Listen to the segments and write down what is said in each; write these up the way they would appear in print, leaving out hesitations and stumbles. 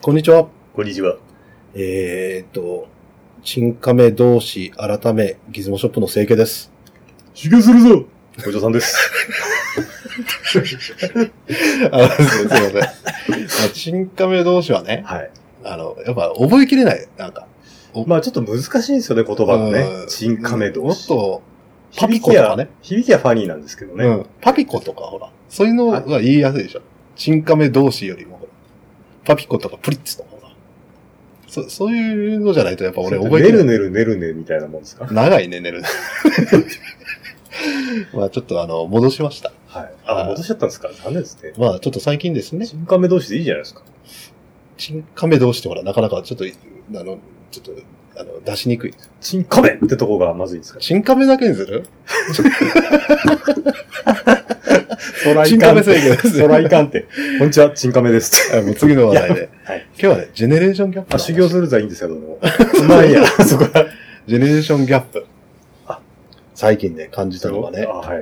こんにちは。 こんにちは。 チンカメ同士改めギズモショップの清家です。 修行するぞごちそうさんです。 すいません。チンカメ同士はね、 はい。 やっぱ覚えきれない。なんか。 まあちょっと難しいんですよね、言葉がね。チンカメ同士。 もっと、パピコとかね。 響きはファニーなんですけどね。 うん。パピコとかほら。そういうのが言いやすいでしょ。チンカメ同士よりもほら。パピコとかプリッツとかほら。そういうのじゃないとやっぱ俺覚えてない。 ねるねるみたいなもんですか？ 長いね、ねるね。まあちょっと戻しました。 はい。戻しちゃったんですか？残念ですね。 まあちょっと最近ですね。 チンカメ同士でいいじゃないですか。 チンカメ同士ってほら、なかなかちょっと、出しにくい。 チンカメってとこがまずいですか？ チンカメだけにする？ チンカメ制限です。そらいかんって。こんにちは、チンカメです。 もう次の話題で。 はい。 今日はね、ジェネレーションギャップ。 修行するじゃいいんですけども。まあいいや、そこは。 ジェネレーションギャップ。最近ね、感じたのがね。 はい。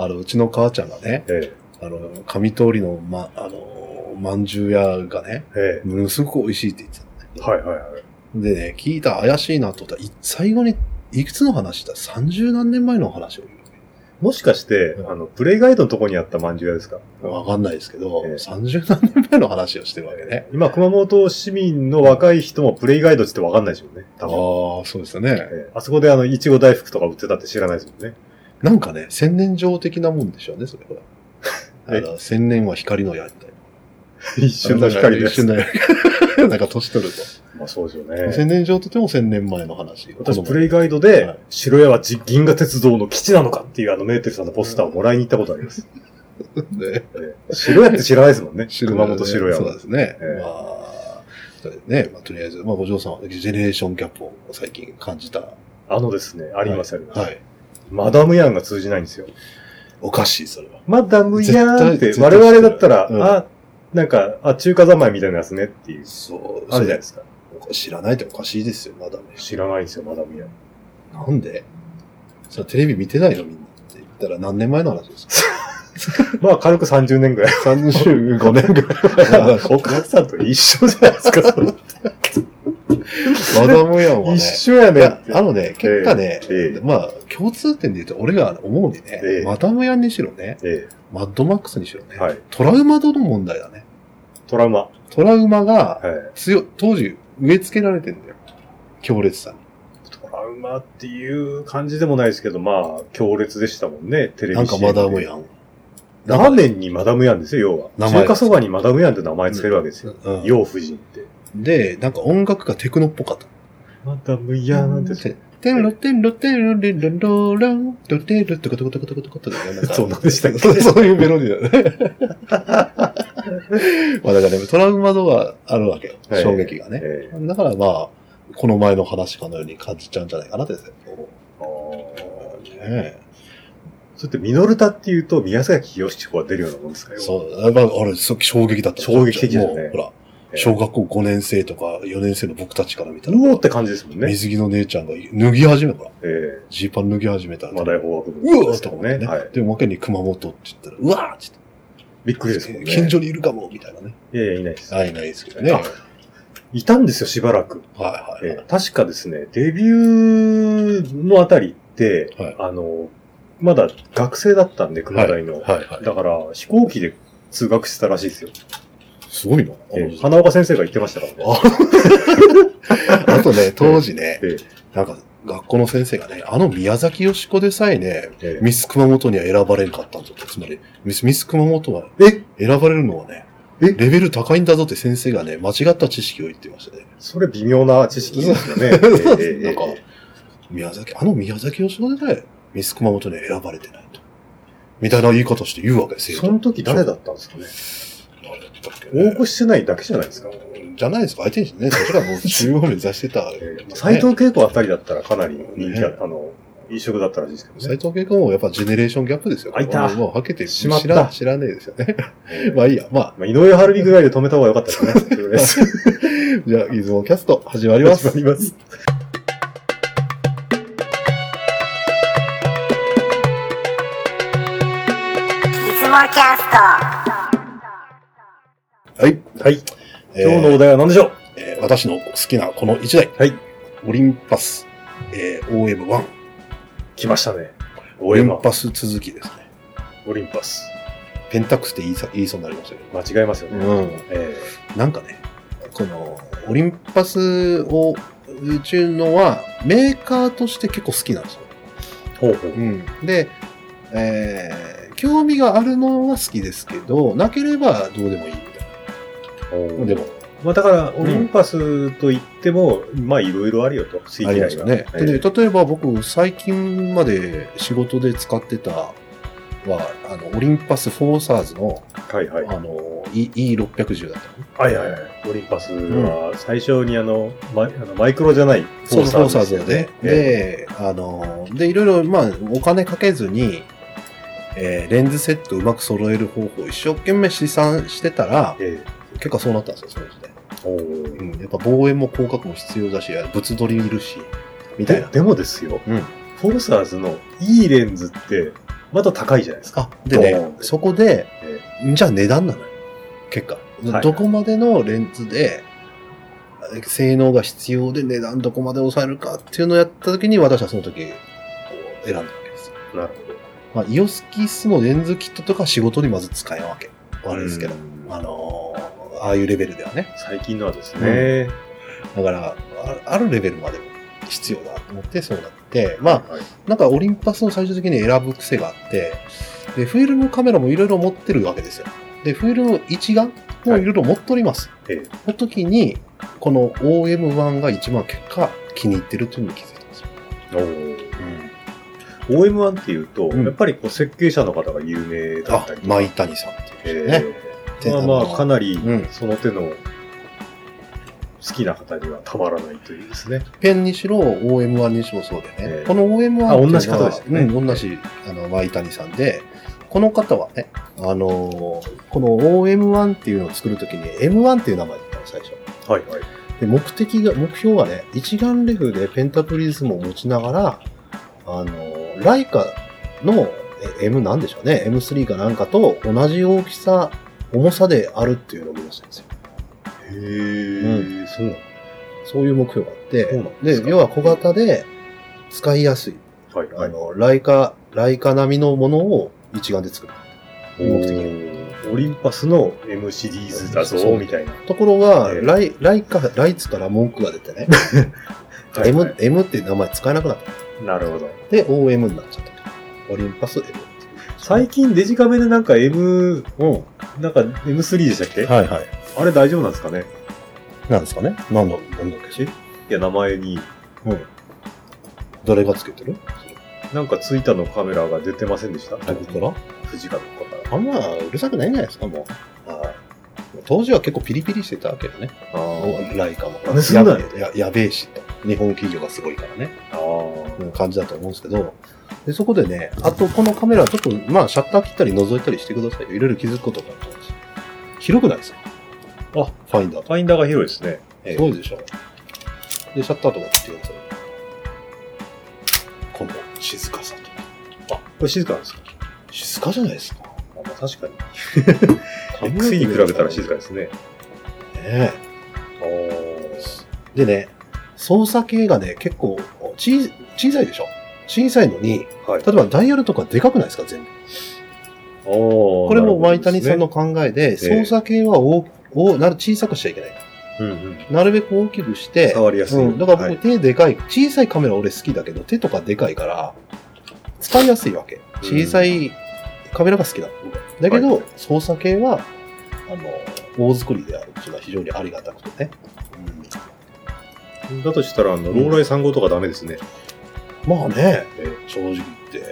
うちの母ちゃんがね、上通りの、まんじゅう屋がね、ものすごく美味しいって言ってたのね。 はい。 でね、聞いた怪しいなと思ったら、最後にいくつの話だ ?30 何年前の話を言う。 もしかして、プレイガイドのとこにあったまんじゅう屋ですか？ わかんないですけど、30何年前の話をしてるわけね。 今、熊本市民の若い人もプレイガイドってわかんないですもんね。多分。ああ、そうですよね。 あそこでいちご大福とか売ってたって知らないですもんね。 なんかね、千年城的なもんでしょうね、それは。千年は光の矢みたいな。 一瞬の光です。 一瞬のなんか年取ると。 まあそうですよね。 千年城とても1000年前の話。 私、プレイガイドで、城屋は銀河鉄道の基地なのかっていうメーテルさんのポスターをもらいに行ったことあります。城屋って知らないですもんね。熊本城屋は。 そうですね。とりあえず、お嬢さんはジェネレーションギャップを最近感じた。 ですね、あります。 はい。 マダムヤンが通じないんですよ。 おかしい、それは。 マダムヤンって、我々だったら、なんか、中華三昧みたいなやつねっていう。 そう。 あるじゃないですか。 知らないっておかしいですよ、マダムヤン。 知らないんですよ、マダムヤン。 なんで？それテレビ見てないのみんなって言ったら何年前の話ですか？ まあ、軽く30年ぐらい。 35年ぐらい。 お母さんと一緒じゃないですか、それ。 マダムヤンはね。 一緒やね。 結果ね、共通点で言うと、俺が思うにね、マダムヤンにしろね、マッドマックスにしろね、トラウマ度の問題だね。 トラウマが当時植え付けられてんだよ。強烈さに。 トラウマっていう感じでもないですけど、まあ、強烈でしたもんね、テレビ CM で。 なんかマダムヤン。 ラーメンにマダムヤンですよ、要は。中華そばにマダムヤンって名前つけるわけですよ。楊夫人って。 で、なんか音楽がテクノっぽかった。 マダムヤンって。 テンロテンロテンロレンロンローンドテルトコトコトコトコトコトそうなんでしたっけ？ そういうメロディーだね。だからね、トラウマ度があるわけよ。衝撃がね。だからこの前の話かのように感じちゃうんじゃないかなって。 それってミノルタっていうと宮崎美子が出るようなもんですかよ。 そう。あれ、衝撃だった。 衝撃的ですね。 ほら。小学校5年生とか4年生の僕たちから見たら。 うおーって感じですもんね。 水着の姉ちゃんが脱ぎ始めたから。ジーパン脱ぎ始めたら。 まだ大法学部。 うわーとかね。で、おまけに熊本って言ったら、うわーって言って。 びっくりですもんね。 近所にいるかもみたいなね。 いやいないです。 いないですけどね。 いたんですよ、しばらく。確かですね、デビューのあたりって、まだ学生だったんで、熊大の。だから、飛行機で通学してたらしいですよ。 すごいな。 花岡先生が言ってましたからね。 あとね、当時ね、なんか学校の先生がね、宮崎美子でさえね、ミス熊本には選ばれんかったんだと。つまり、ミス熊本は、選ばれるのはね、レベル高いんだぞって先生がね、間違った知識を言ってましたね。 それ微妙な知識ですよね。 なんか、宮崎美子でさえ、ミス熊本には選ばれてないと。みたいな言い方して言うわけですよ。 その時誰だったんですかね。応募してないだけじゃないですか。 じゃないですか。相手にね、そしたらもう中央を目指してた。 斎藤恵子あたりだったらかなり人気一色だったらしいですけどね。 斎藤恵子もやっぱジェネレーションギャップですよ。もうはけてしまった。 知らねえですよね。まあいいや。 井上晴美ぐらいで止めた方が良かったですね。じゃあ、出雲キャスト始まります。 始まります。 出雲キャスト。 はい。 はい。 今日のお題は何でしょう？ 私の好きなこの1台。 はい。 オリンパス、OM1。 来ましたね。 オリンパス続きですね。 オリンパス。 ペンタックスって言いそうになりましたけど。 間違えますよね。 なんかね、この、オリンパスを、ちゅうのは、メーカーとして結構好きなんですよ。 ほうほう。 で、興味があるのは好きですけど、なければどうでもいいみたいな。でも、 だから、オリンパスと言っても、まあ、いろいろあるよと、 好きなやつがね。でね、例えば僕、最近まで仕事で使ってたは、オリンパスフォーサーズの、E610 だったの。はいはいはい。オリンパスは、最初にマイクロじゃないフォーサーズで、で、いろいろ、まあ、お金かけずに、レンズセットうまく揃える方法を一生懸命試算してたら、結果そうなったんですよ、その時代。やっぱ望遠も広角も必要だし、物撮りいるし、みたいな。 でもですよ、フォーサーズのいいレンズって、まだ高いじゃないですか。 でね、そこで、じゃあ値段なのよ。結果。どこまでのレンズで、性能が必要で値段どこまで抑えるかっていうのをやった時に、私はその時、選んだわけです。 なるほど。 まあ、イオスキスのレンズキットとか仕事にまず使えるわけ。あれですけど。ああいうレベルではね。 最近のはですね。 だから、あるレベルまでも必要だと思ってそうなって、まあ、なんかオリンパスの最終的に選ぶ癖があって、で、フィルムカメラもいろいろ持ってるわけですよ。で、フィルム一眼もいろいろ持っております。その時に、この OM1 が一番結果気に入ってるというのに気づいたんですよ。 OM1 っていうと、やっぱりこう設計者の方が有名だったりとか。 舞谷さんっていうね。 まあ、かなり、その手の好きな方にはたまらないというですね。 ペンにしろ、OM1 にしろそうでね。この OM1 は同じ方ですよね。 同じ、舞谷さんで、この方はね、この OM1 っていうのを作るときに M1 っていう名前だったの、最初。 はいはい。 で、目標はね、一眼レフでペンタプリズムを持ちながら、ライカの M なんでしょうね。M3 かなんかと同じ大きさ、重さであるっていうのを目指したんですよ。 そうなの？ そういう目標があって、で、要は小型で使いやすい。ライカ並みのものを一眼で作る。目的に。 オリンパスの M シリーズだぞ、みたいな。 ところが、ライツから文句が出てね。M って名前使えなくなった。 なるほど。 で、OM になっちゃった。オリンパス M。 最近デジカメでなんか なんか M3 でしたっけ？ はいはい。 あれ大丈夫なんですかね？ なんですかね？なんだっけ？ いや、名前に。 誰がつけてる？ なんかツイッターのカメラが出てませんでした？ どこから？ 富士かどこから。 あんまうるさくないんじゃないですか、もう。当時は結構ピリピリしてたけどね。ライカも。やべえしと。日本企業がすごいからね。感じだと思うんですけど。で、そこでね、あとこのカメラちょっと、まあ、シャッター切ったり覗いたりしてくださいよ。いろいろ気づくことがあると思うんですよ。広くないですか？ファインダー。 ファインダーが広いですね。 すごいでしょ。で、シャッターとか切ってください。この静かさと。 これ静かなんですか？ 静かじゃないですか。 確かに。XE に比べたら静かですね。 でね、操作系がね、結構小さいでしょ。小さいのに、例えばダイヤルとかでかくないですか、全部。これも舞谷さんの考えで、操作系は小さくしちゃいけない。なるべく大きくして、 触りやすい。 だから僕手でかい、小さいカメラ俺好きだけど、手とかでかいから、使いやすいわけ。小さいカメラが好きだ。だけど、操作系は、大作りであるっていうのは非常にありがたくてね。 だとしたら、ローライ35とかダメですね。 まあね、正直言って、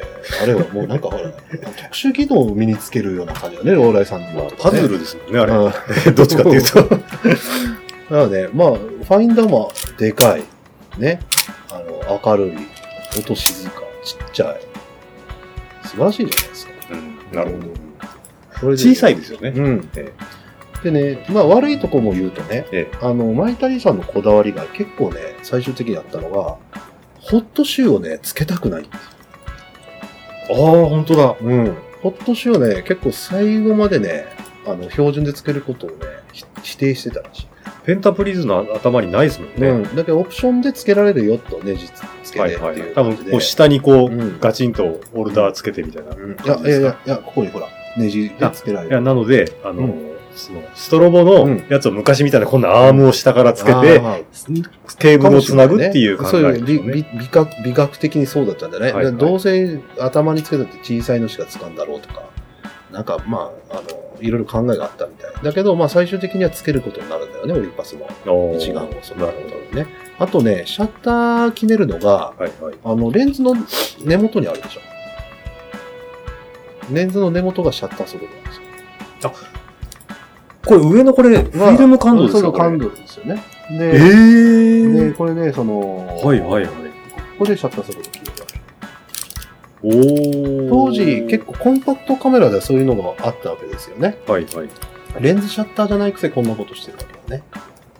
あれはもうなんかほら、特殊技能を身につけるような感じだね、ローライ35とか、 パズルですもんね、あれ。どっちかっていうと。 なので、まあ、ファインダーもでかい、ね、明るい、音静か、ちっちゃい。素晴らしいじゃないですか。 なるほど。小さいですよね。 でね、まあ悪いとこも言うとね、舞谷さんのこだわりが結構ね、最終的にあったのは、ホットシューをね、つけたくないんですよ。 本当だ。 ホットシューをね、結構最後までね、標準でつけることをね、否定してたらしい。 ペンタプリズの頭にないですもんね。 だけどオプションで付けられるよとネジ付けてっていう多分こう下にこう、ガチンとホルダーつけてみたいな。 いや、ここにほら、ネジで付けられる。 いや、なので、その、ストロボのやつを昔みたいなこんなアームを下からつけて、ケーブルをつなぐっていう考え、 そういう美学的にそうだったんだね。どうせ頭につけたって小さいのしか使うんだろうとか、なんかいろいろ考えがあったみたい。だけど、最終的にはつけることになるんだよね、オリパスも。一眼を。なるほどね。あとね、シャッター決めるのが、レンズの根元にあるでしょ。レンズの根元がシャッター速度なんですよ。 これ上のこれ、フィルム感度ですか？ そう、感度ですよね。で、これね、ここでシャッター速度決めるわけ。当時、結構コンパクトカメラではそういうのがあったわけですよね。レンズシャッターじゃないくせこんなことしてるわけだね。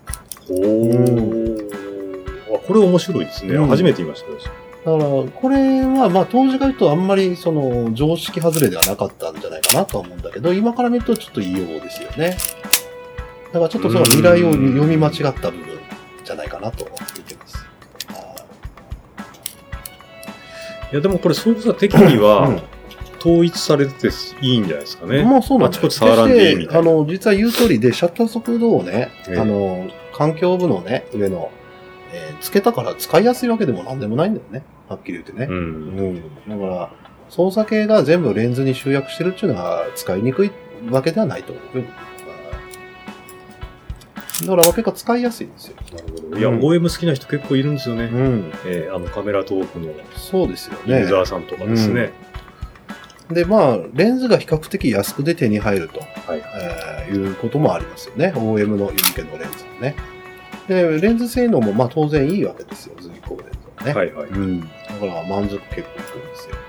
これ面白いですね。初めて見ました。 だから、これは、当時から言うとあんまり、常識外れではなかったんじゃないかなと思うんだけど、今から見るとちょっといいようですよね。だからちょっとその未来を読み間違った部分じゃないかなと見てます。 いや、でもこれ操作的には、統一されてていいんじゃないですかね。 そうなんです。 あちこち触らんでいいみたいな。 実は言う通りで、シャッター速度をね、環境部のね、上の、つけたから使いやすいわけでもなんでもないんだよね。はっきり言ってね。だから、操作系が全部レンズに集約してるっていうのは使いにくいわけではないと思うよ。だから結構使いやすいんですよ。 なるほど。いや、OM 好きな人結構いるんですよね。カメラトークの。 そうですよね。 ユーザーさんとかですね。 で、レンズが比較的安くで手に入ると、いうこともありますよね。OM のユニケのレンズもね。で、レンズ性能も当然いいわけですよ。ズイコーレンズはね。だから満足結構いくんですよ。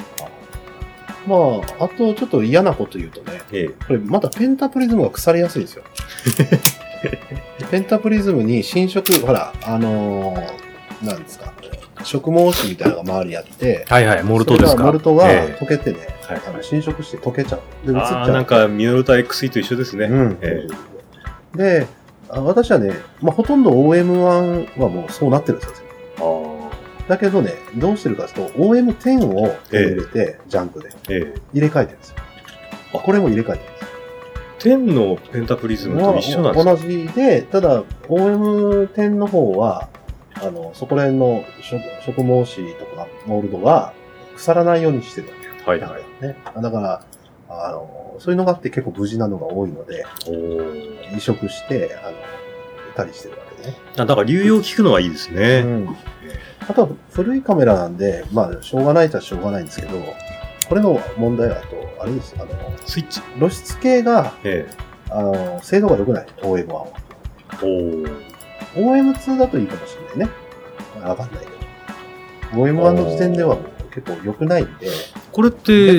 あとちょっと嫌なこと言うとね、これまたペンタプリズムが腐りやすいんですよ。ペンタプリズムに新色、ほら、なんですか、色毛紙みたいなのが周りにあって、 モルトですか？ モルトが溶けてね、侵食して溶けちゃう。で、映っちゃう。 なんかミノルタ XE と一緒ですね。 で、私はね、ほとんど OM1 はもうそうなってるんですよ。だけどね、どうしてるかというと、OM10 を入れて、ジャンクで、入れ替えてるんですよ。これも入れ替えてるんですよ。 10のペンタプリズムと一緒なんですか？ 同じで、ただ、OM10 の方は、そこら辺の食毛紙とかモールドが腐らないようにしてるわけよ。だから、そういうのがあって結構無事なのが多いので、移植して、たりしてるわけね。 だから流用効くのはいいですね。 あとは古いカメラなんで、しょうがないとはしょうがないんですけど、これの問題はあれです。 スイッチ露出系が、精度が良くない、OM1 は。OM2 だといいかもしれないね。わかんないけど。OM1 の時点ではもう結構良くないんで。 これって、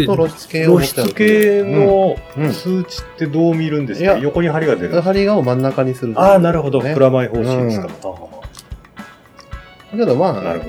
露出系の数値ってどう見るんですか？横に針が出る。 針がを真ん中にする。 なるほど。プラマイ方針ですか。 だけど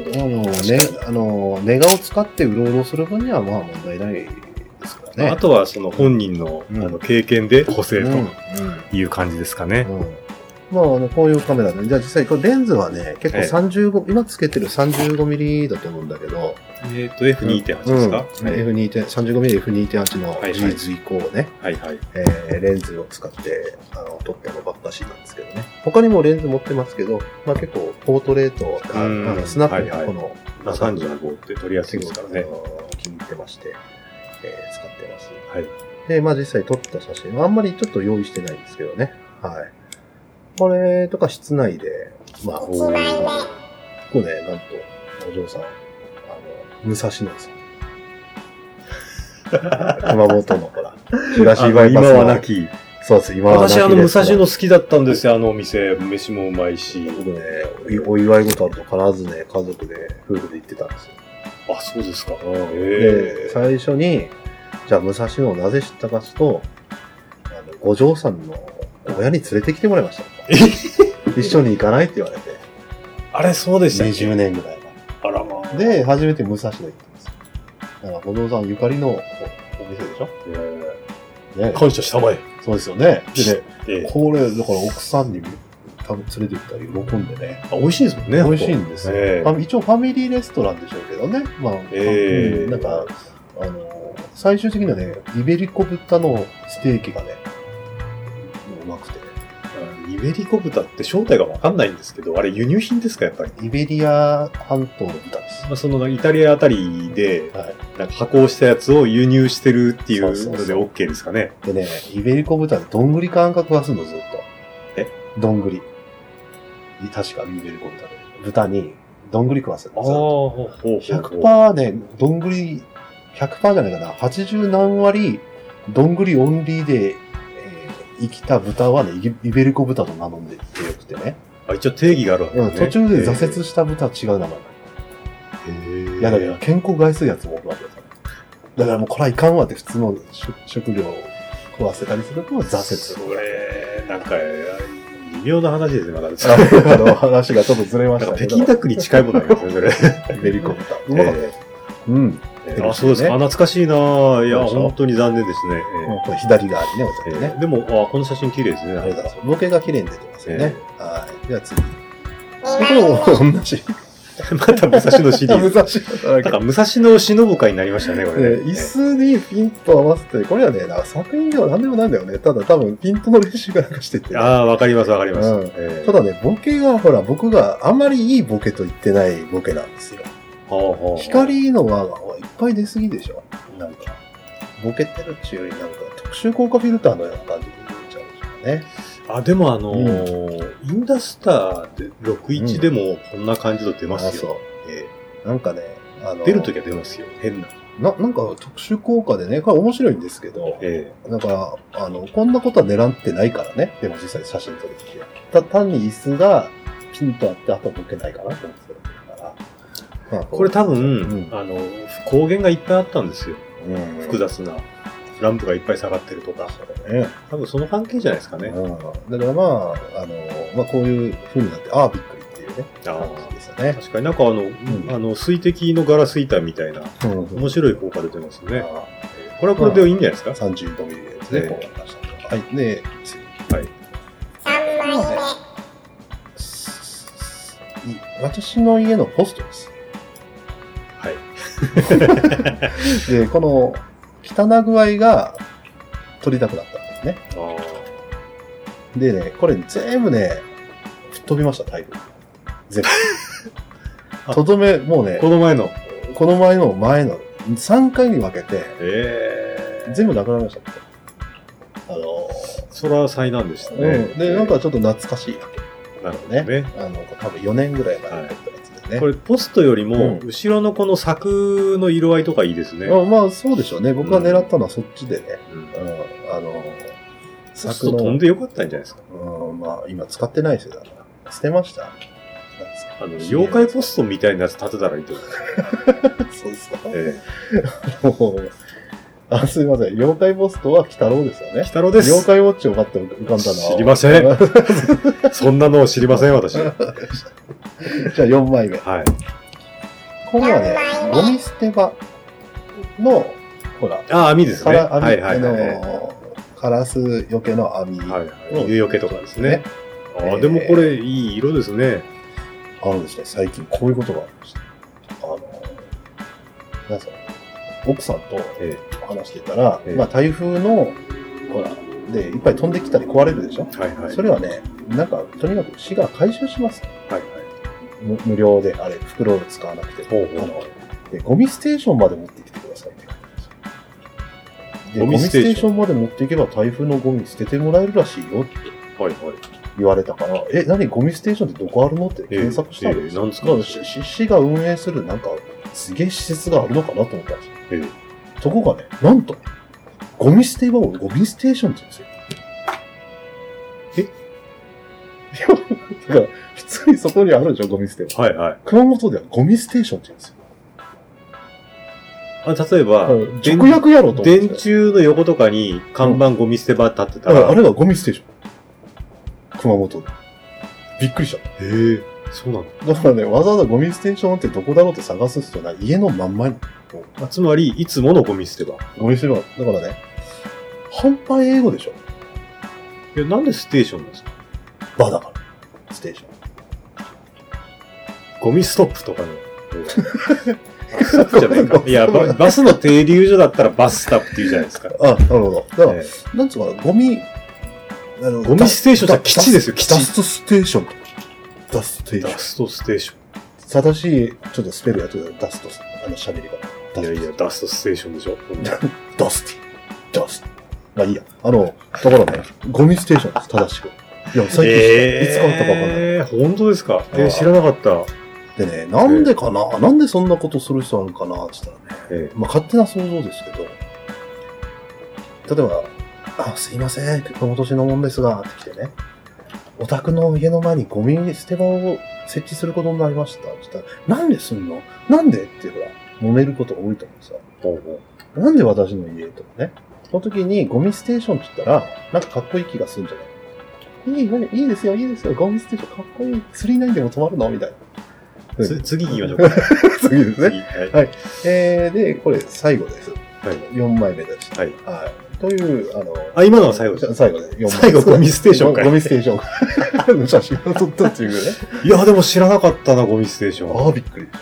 ネガを使ってうろうろする分には問題ないですからね。 あとはその本人の経験で補正という感じですかね。 こういうカメラで、じゃあ実際これレンズはね、結構35、今つけてる 35mm だと思うんだけど、 F2.8 ですか？ 35mm F2.8 の G 随行ね、レンズを使って撮ったのばっかしなんですけどね。他にもレンズ持ってますけど、結構ポートレート、スナップにこの 35って撮りやすいですからね。 気に入ってまして、使ってます。で、実際撮った写真はあんまりちょっと用意してないんですけどね。これとか室内で、ここね、なんと、お嬢さん、武蔵野ですよ。熊本のほら、東バイパスの。 今はなき。 そうです、今はなき。 私武蔵野好きだったんですよ、あのお店。飯もうまいし。 僕ね、お祝い事あると必ずね、家族で、夫婦で行ってたんですよ。 そうですか。 で、最初に、じゃあ武蔵野をなぜ知ったかと、お嬢さんの親に連れてきてもらいました。一緒に行かないって言われて。 あれ、そうでしたっけ？ 20年ぐらい前。 あらまあ。 で、初めて武蔵野行ったんですよ。だから、お父さんゆかりのお店でしょ？ 感謝したまえ。 そうですよね。で、これ、だから奥さんに多分連れて行ったら喜んでね。 美味しいですもんね。 美味しいんですよ。一応ファミリーレストランでしょうけどね。まあ、なんか、最終的にはね、イベリコ豚のステーキがね、うまくてね。 イベリコ豚って正体がわかんないんですけど、あれ輸入品ですか、やっぱり。 イベリア半島の豚です。 まあ、そのイタリアあたりで、なんか加工したやつを輸入してるっていうので OK ですかね。 でね、イベリコ豚でどんぐり感覚がするの、ずっと。どんぐり。確かイベリコ豚で。豚にどんぐり食わせるんですよ。100% ね、どんぐり、100% じゃないかな。80何割、どんぐりオンリーで、生きた豚はね、イベリコ豚と名乗んでよくてね。 一応定義があるわけですね。途中で挫折した豚は違う名前。いや、だから健康害するやつもおるわけですよ。だからもうこれはいかんわって普通の食料を食わせたりすると挫折。 それ、なんか、微妙な話ですね、まだ。 話がちょっとずれましたけど。北京ダックに近いものありますね、それ。 イベリコ豚。うまかったです。うん。 そうですか。懐かしいな。いや、本当に残念ですね。 これ左側にね、お茶ね。 でも、この写真綺麗ですね。 ボケが綺麗に出てますよね。はい。では次。これも同じ。 また武蔵野シリーズ。なんか武蔵野忍ぶ会になりましたね、これ。 椅子にピント合わせて、これはね、作品では何でもないんだよね。ただ多分ピントの練習がなんかしてて。 わかります、わかります。 ただね、ボケが、ほら、僕があんまりいいボケと言ってないボケなんですよ。光の輪がいっぱい出すぎでしょ。なんか、ボケてるっちゅうよりなんか特殊効果フィルターのような感じで出ちゃうんでしょうね。 でもインダスターで61でもこんな感じで出ますよ。 なんかね、 出るときは出ますよ。変な。 なんか特殊効果でね、これ面白いんですけど、なんか、こんなことは狙ってないからね。でも実際写真撮るときは。単に椅子がピンとあってあとボケないかなと思ってるから。 これ多分、光源がいっぱいあったんですよ。複雑な。ランプがいっぱい下がってるとか。多分その関係じゃないですかね。 だからまあ、こういう風になって、びっくりっていうね。感じですよね。 確かになんか水滴のガラス板みたいな、面白い効果出てますね。これはこれでいいんじゃないですか？ 35 ミリですね。こうなりました。はい。で、次。はい。私の家のポストです。 はい。 で、この、汚具合が撮りたくなったんですね。でね、これ全部ね、吹っ飛びました、タイプ。全部。とどめ、もうね、 この前の 3回に分けて、全部なくなりました。 それは災難でしたね。 で、なんかちょっと懐かしいわけ。 なるほどね。 多分4年ぐらい前に撮ったやつでね。 これポストよりも、後ろのこの柵の色合いとかいいですね。 まあそうでしょうね。僕が狙ったのはそっちでね。 柵の。飛んでよかったんじゃないですか。 まあ今使ってないですよ。だから捨てました。 妖怪ポストみたいなやつ立てたらいいと思う。 そうですか。すいません。妖怪ポストは鬼太郎ですよね。 鬼太郎です。 妖怪ウォッチを買って浮かんだのは。 知りません。そんなのを知りません、私。じゃあ 4枚目。 はい。 これはね、ゴミ捨て場の、ほら。 網ですね。 カラスよけの網。 犬よけとかですね。でもこれいい色ですね。 ですね、最近こういうことがありました。なんすか、奥さんと話してたら、まあ台風の、ほら、で、いっぱい飛んできたり壊れるでしょ？それはね、なんか、とにかく市が回収します。無料で、袋を使わなくて。で、ゴミステーションまで持ってきてくださいって言われました。で、ゴミステーションまで持っていけば台風のゴミ捨ててもらえるらしいよって言われたから、何ゴミステーションってどこあるのって検索したんですよ。 なんですか？ 市が運営するなんか、すげえ施設があるのかなと思ったんですよ。とこがね、なんと、ゴミ捨て場をゴミステーションって言うんですよ。だから、普通にそこにあるでしょ、ゴミ捨て場。熊本ではゴミステーションって言うんですよ。 例えば、 直訳やろうと思って。 電柱の横とかに看板ゴミ捨て場立ってたら、 あれがゴミステーション。熊本で。びっくりした。 そうなんだ。だからね、わざわざゴミステーションってどこだろうって探す必要ない。家の真ん前に。 つまり、いつものゴミ捨て場。 ゴミ捨て場。だからね、半端英語でしょ。 なんでステーションなんですか？ 場だから。 テーション。 ゴミストップとかの。ストップじゃないか。いや、バスの停留所だったらバススタップって言うじゃないですか。 あ、なるほど。だから、なんつうかな、ゴミステーションじゃ基地ですよ、基地。 ダストステーション。ダストステーション。 正しい、ちょっとスペルやとダスト、喋りが。 いやいや、ダストステーションでしょ。 ダスティ。ダスト。まあいいや。だからね、ゴミステーションです、正しく。いや、最近いつ変わったかわかんない。 本当ですか？知らなかった。 でね、なんでかな、なんでそんなことする人なのかなって言ったらね、まあ勝手な想像ですけど、例えば、すいません、この年のもんですが、って来てね、お宅の家の前にゴミ捨て場を設置することになりました。って言ったら、なんですんの？なんでってほら、揉めることが多いと思うさ。なんで私の家とかね。その時にゴミステーションって言ったら、なんかかっこいい気がするんじゃない？いいですよ、ゴミステーションかっこいい。39でも止まるのみたいな。 次行きましょうか。 次ですね。はい。で、これ最後です。はい。4枚目です。はい。はい。という、 今のは最後です。 最後で4枚目。 最後ゴミステーションか。 ゴミステーション。写真を撮ったっていうね。 いや、でも知らなかったな、ゴミステーション。 びっくりした。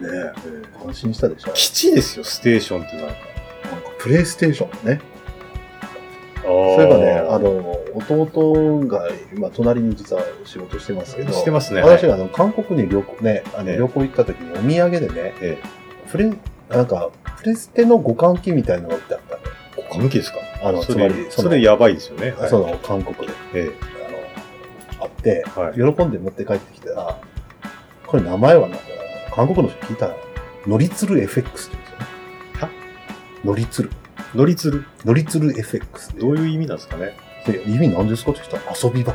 ねえ。安心したでしょ。 基地ですよ、ステーションってなんかプレイステーションね。そういえばね、弟が今隣に実は仕事してますけど、 してますね。 私が韓国に旅行行った時にお土産でね、プレステの互換機みたいなのが売ってあったの。互換機ですか？ つまりそれやばいですよね。 韓国で、あって、喜んで持って帰ってきたら、これ名前は韓国の人聞いたら、乗り鶴 FX って言うんですよね。は？乗り鶴。乗り鶴 FX。 どういう意味なんですかね？ 意味何ですかって言ったら遊び場と。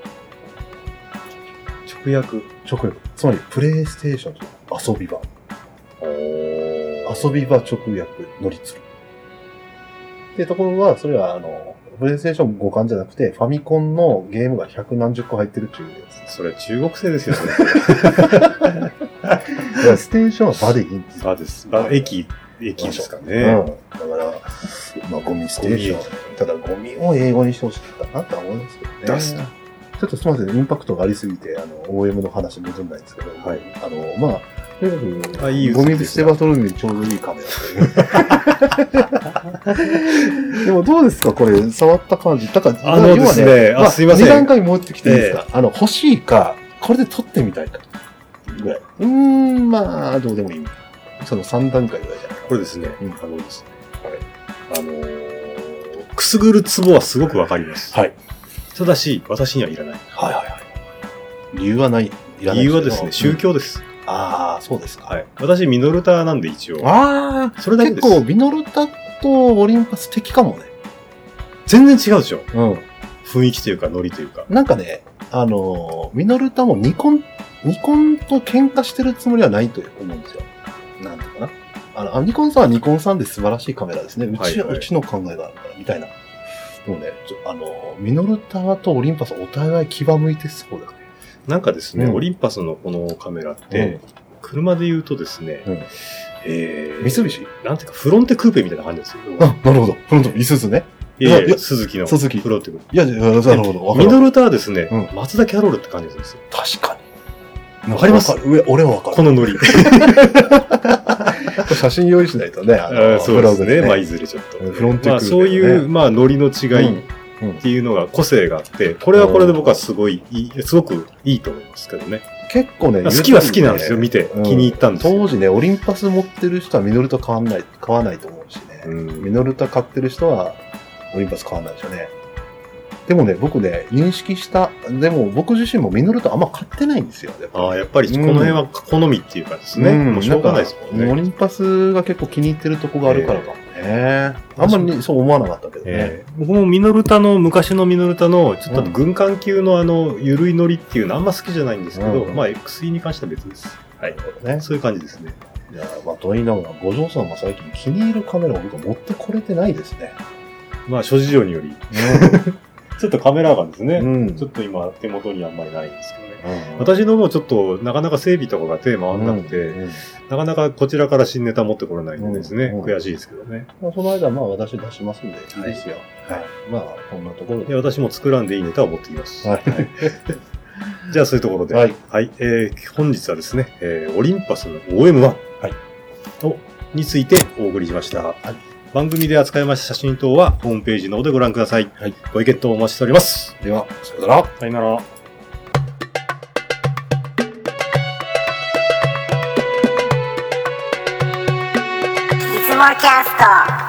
直訳。 つまり、プレイステーションと遊び場。遊び場直訳、乗り鶴。っていうところは、それはプレイステーション互換じゃなくて、ファミコンのゲームが100何十個入ってるっていうやつ。それ中国製ですよ、それ。 ステーションは場でいいんですよ。 場です。駅ですかね。 だから、ゴミステーション。ただ、ゴミを英語にしてほしかったなとは思いますけどね。ちょっとすみません、インパクトがありすぎて、OM の話戻んないんですけど、はい。とにかく、ゴミ捨て場取るのにちょうどいいカメラという。でもどうですかこれ、触った感じ。だから、 ですね、すいません。 2段階持ってきていいですか欲しいか、これで撮ってみたいか。ぐらい。どうでもいい。その3段階ぐらいじゃないか。 これですね、ですね。くすぐるツボはすごくわかります。はい。ただし、私にはいらない。 はいはいはい。理由はない。 理由はですね、宗教です。 そうですか。 はい。私、ミノルタなんで一応。それだけです。 結構、ミノルタとオリンパス的かもね。 全然違うでしょ。雰囲気というか、ノリというか。 なんかね、ミノルタもニコンと喧嘩してるつもりはないと思うんですよ。なんていうかな。ニコンさんはニコンさんで素晴らしいカメラですね。うちの考えがあるから、みたいな。でもね、ミノルタとオリンパスお互い牙向いてそうだね。 なんかですね、オリンパスのこのカメラって、車で言うとですね、 三菱なんていうか、フロンテクーペみたいな感じですよ。 なるほど。フロント、イスズね。 いや、鈴木のフロンテクーペ。 なるほど。 ミノルタはですね、松田キャロルって感じですよ。 確かに。 わかります？ 俺はわかる。 このノリ。 写真用意しないとね、 そうですね。いずれちょっと。 フロンテクーペ。 そういう、ノリの違いっていうのが個性があって、これはこれで僕はすごくいいと思いますけどね。 結構ね、 好きは好きなんですよ、見て。気に入ったんですよ。 当時ね、オリンパス持ってる人はミノルタ買わないと思うしね。ミノルタ買ってる人はオリンパス買わないでしょうね。でもね、僕ね、認識した。でも僕自身もミノルタあんま買ってないんですよ。 やっぱりこの辺は好みっていうかですね。もうしょうがないですもんね。 オリンパスが結構気に入ってるとこがあるからかもね。あんまりそう思わなかったけどね。 僕も昔のミノルタの、ちょっと軍艦級のゆるいノリっていうのあんま好きじゃないんですけど、XE に関しては別です。はい。そういう感じですね。 いや、と言いながら、五条さんが最近気に入るカメラを僕は持ってこれてないですね。 諸事情により。ちょっとカメラがですね、ちょっと今手元にあんまりないんですけどね。私のもちょっとなかなか整備とかが手回んなくて、なかなかこちらから新ネタ持ってこれないんでですね、悔しいですけどね。 その間私出しますんで、いいですよ。はい。こんなところで。 私も作らんでいいネタを持ってきます。はい。 じゃあそういうところで。はい。はい。本日はですね、オリンパスの OM1。はい。についてお送りしました。はい。番組で扱いました写真等はホームページの方でご覧ください。はい。ご意見等お待ちしております。 では、さよなら。 さよなら。いつもキャスト。